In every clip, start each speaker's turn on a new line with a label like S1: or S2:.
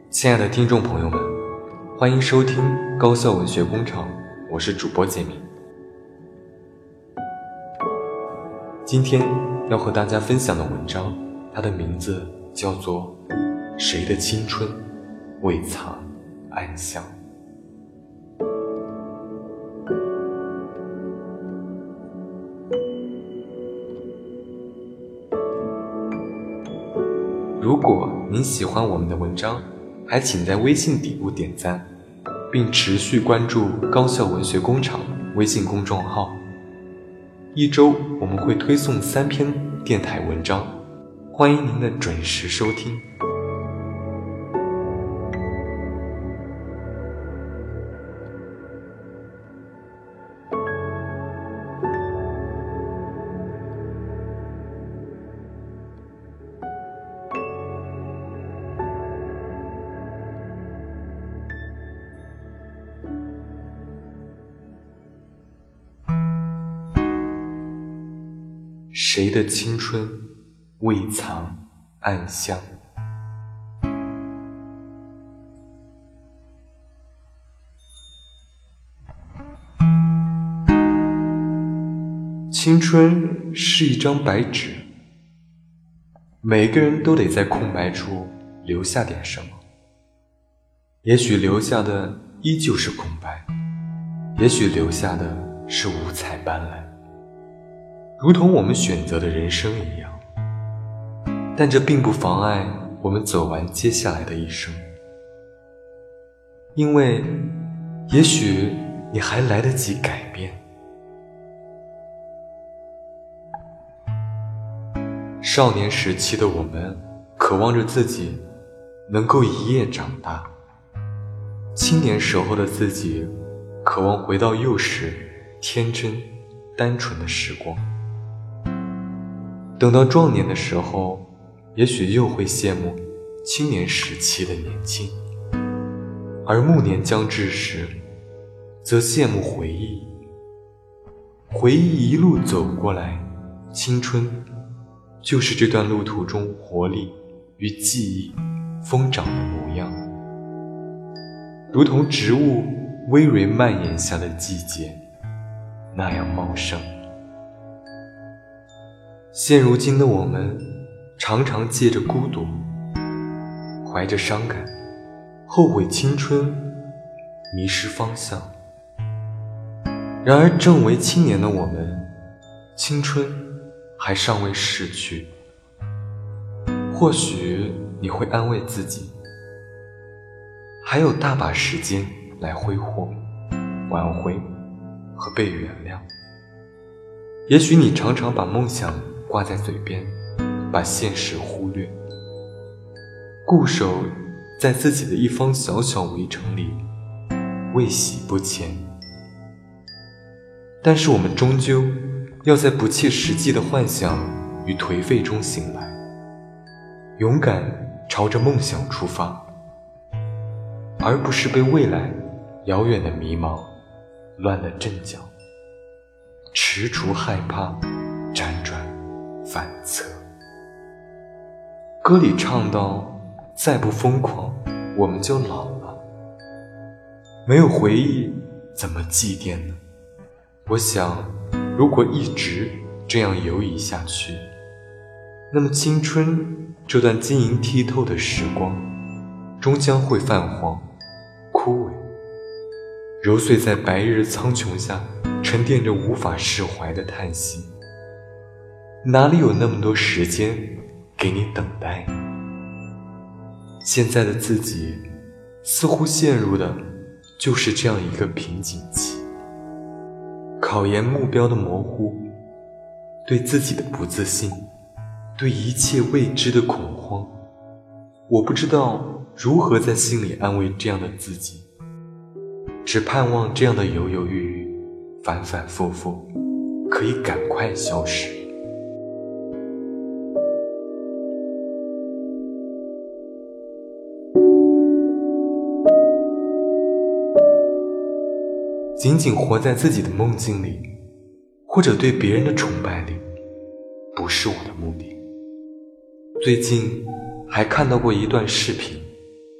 S1: 亲爱的听众朋友们，欢迎收听高校文学工厂，我是主播简明。今天要和大家分享的文章，它的名字叫做《谁的青春未藏暗香》。如果您喜欢我们的文章，还请在微信底部点赞，并持续关注高校文学工厂微信公众号。一周我们会推送3篇电台文章，欢迎您的准时收听。谁的青春未藏暗香？青春是一张白纸，每个人都得在空白处留下点什么。也许留下的依旧是空白，也许留下的是五彩斑斓，如同我们选择的人生一样，但这并不妨碍我们走完接下来的一生，因为也许你还来得及改变。少年时期的我们渴望着自己能够一夜长大，青年时候的自己渴望回到幼时天真单纯的时光。等到壮年的时候，也许又会羡慕青年时期的年轻，而暮年将至时，则羡慕回忆。回忆一路走过来，青春就是这段路途中活力与记忆疯长的模样，如同植物葳蕤蔓延下的季节那样茂盛。现如今的我们，常常借着孤独，怀着伤感，后悔青春，迷失方向。然而正为青年的我们，青春还尚未逝去。或许你会安慰自己，还有大把时间来挥霍、挽回和被原谅。也许你常常把梦想挂在嘴边，把现实忽略，固守在自己的一方小小围城里，未喜不前。但是我们终究要在不切实际的幻想与颓废中醒来，勇敢朝着梦想出发，而不是被未来遥远的迷茫乱了阵脚，踟蹰害怕，辗转反侧。歌里唱到，再不疯狂我们就老了。没有回忆怎么祭奠呢？我想如果一直这样游移下去，那么青春这段晶莹剔透的时光终将会泛黄枯萎，揉碎在白日苍穹下，沉淀着无法释怀的叹息。哪里有那么多时间给你等待？现在的自己似乎陷入的就是这样一个瓶颈期，考验目标的模糊，对自己的不自信，对一切未知的恐慌。我不知道如何在心里安慰这样的自己，只盼望这样的犹犹豫豫，反反复复，可以赶快消失。仅仅活在自己的梦境里，或者对别人的崇拜里，不是我的目的。最近还看到过一段视频，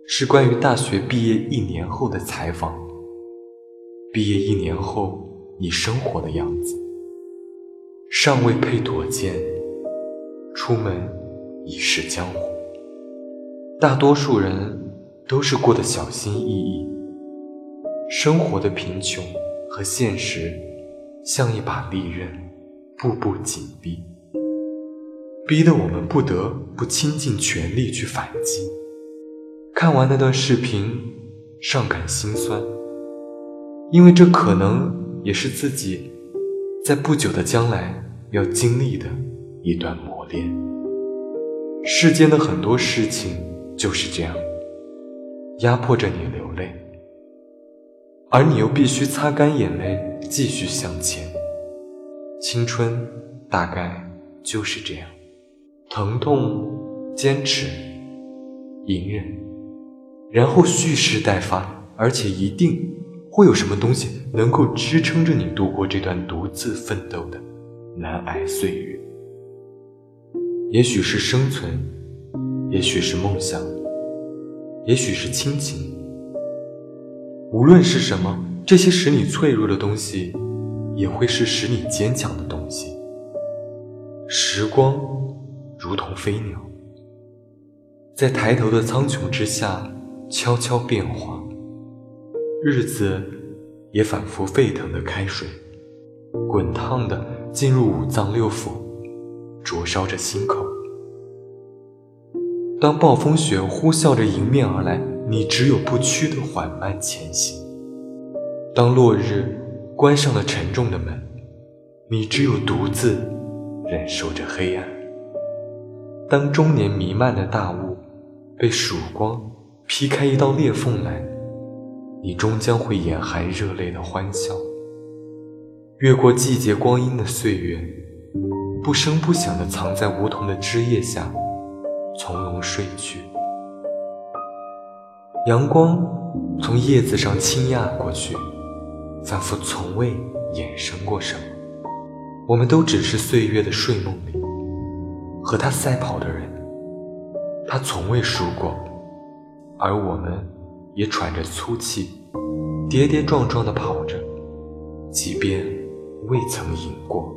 S1: 是关于大学毕业1年后的采访。毕业1年后你生活的样子，尚未配妥剑，出门已是江湖。大多数人都是过得小心翼翼，生活的贫穷和现实像一把利刃，步步紧逼，逼得我们不得不倾尽全力去反击。看完那段视频，尚感心酸，因为这可能也是自己在不久的将来要经历的一段磨练。世间的很多事情就是这样，压迫着你流泪，而你又必须擦干眼泪继续向前。青春大概就是这样，疼痛、坚持、隐忍，然后蓄势待发，而且一定会有什么东西能够支撑着你度过这段独自奋斗的难挨岁月。也许是生存，也许是梦想，也许是亲情。无论是什么，这些使你脆弱的东西，也会是使你坚强的东西。时光如同飞鸟，在抬头的苍穹之下悄悄变化，日子也仿佛沸腾的开水，滚烫的进入五脏六腑，灼烧着心口。当暴风雪呼啸着迎面而来，你只有不屈的缓慢前行。当落日关上了沉重的门，你只有独自忍受着黑暗。当中年弥漫的大雾被曙光劈开一道裂缝来，你终将会眼含热泪的欢笑。越过季节光阴的岁月，不声不响地藏在梧桐的枝叶下，从容睡去。阳光从叶子上轻压过去，仿佛从未衍生过什么。我们都只是岁月的睡梦里和他赛跑的人，他从未输过，而我们也喘着粗气，跌跌撞撞地跑着，即便未曾赢过。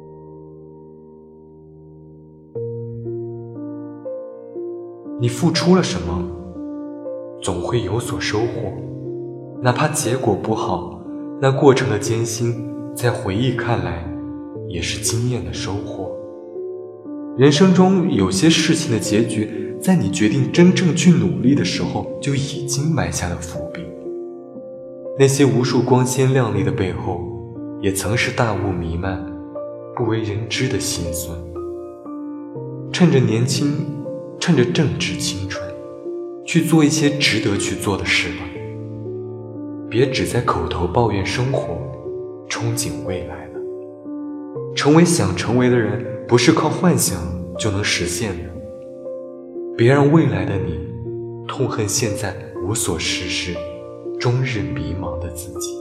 S1: 你付出了什么，总会有所收获，哪怕结果不好，那过程的艰辛在回忆看来也是经验的收获。人生中有些事情的结局，在你决定真正去努力的时候就已经埋下了伏笔。那些无数光鲜亮丽的背后，也曾是大雾弥漫不为人知的辛酸。趁着年轻，趁着正值青春，去做一些值得去做的事吧。别只在口头抱怨生活，憧憬未来了。成为想成为的人，不是靠幻想就能实现的。别让未来的你痛恨现在无所事事、终日迷茫的自己。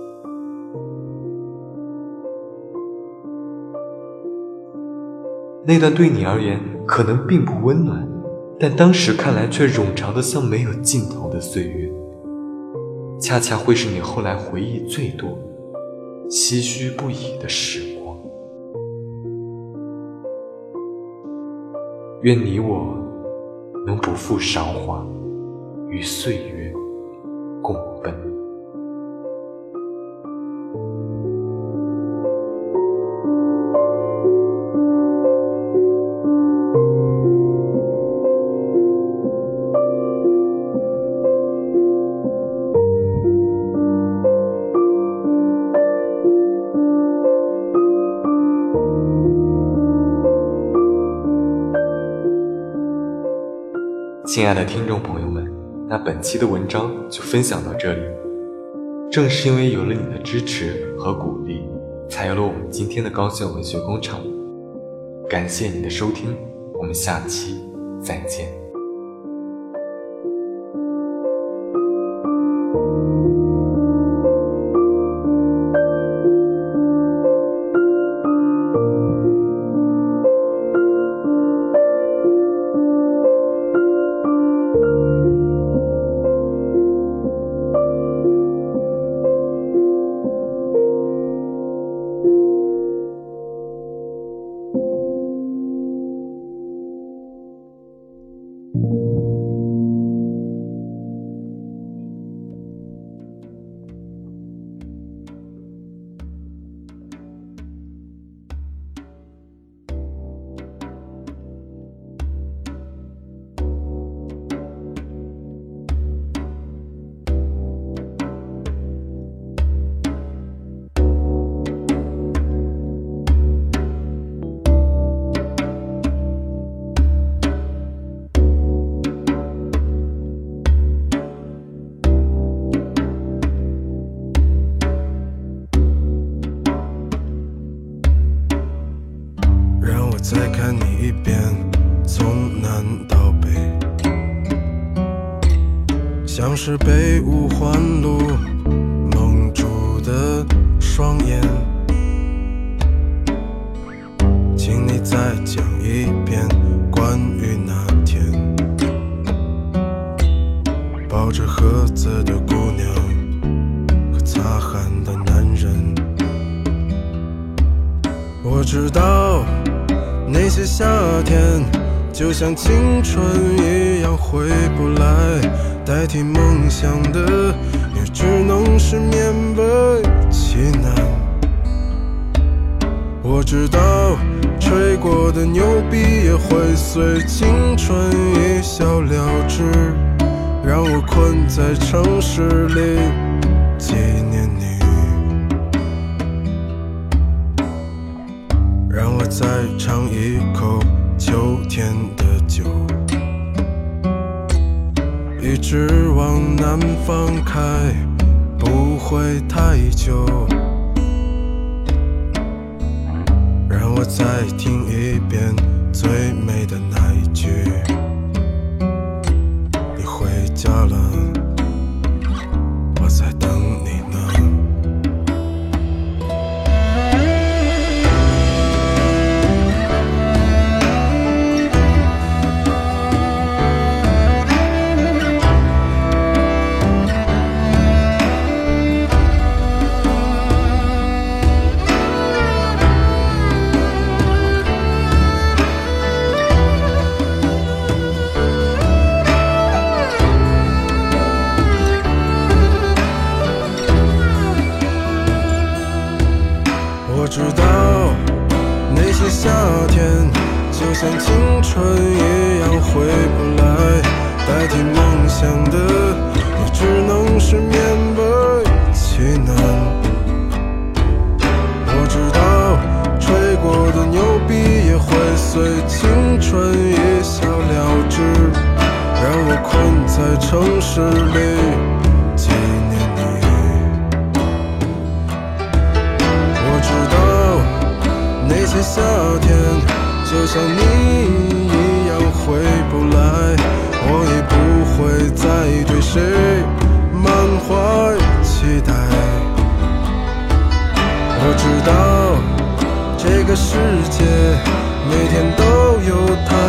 S1: 那段对你而言可能并不温暖，但当时看来却冗长的像没有尽头的岁月，恰恰会是你后来回忆最多、唏嘘不已的时光。愿你我能不负韶华，与岁月共奔。亲爱的听众朋友们，那本期的文章就分享到这里。正是因为有了你的支持和鼓励，才有了我们今天的高校文学工厂。感谢你的收听，我们下期再见。
S2: 像是被五环路蒙住的双眼，请你再讲一遍关于那天抱着盒子的姑娘和擦汗的男人。我知道那些夏天就像青春一样回不来，代替梦想的也只能是勉为其难。我知道吹过的牛逼也会随青春一笑了之，让我困在城市里纪念你，让我再尝一口秋天的酒，一直往南方开，不会太久。让我再听一遍最美的那一句，你回家了，我在等你呢。我知道那些夏天就像青春一样回不来，代替梦想的也只能是勉为其难。我知道吹过的牛逼也会随青春一笑了之，让我困在城市里纪念你。我知道那些夏天就像你一样回不来，我已不会再对谁满怀期待。我知道这个世界每天都有太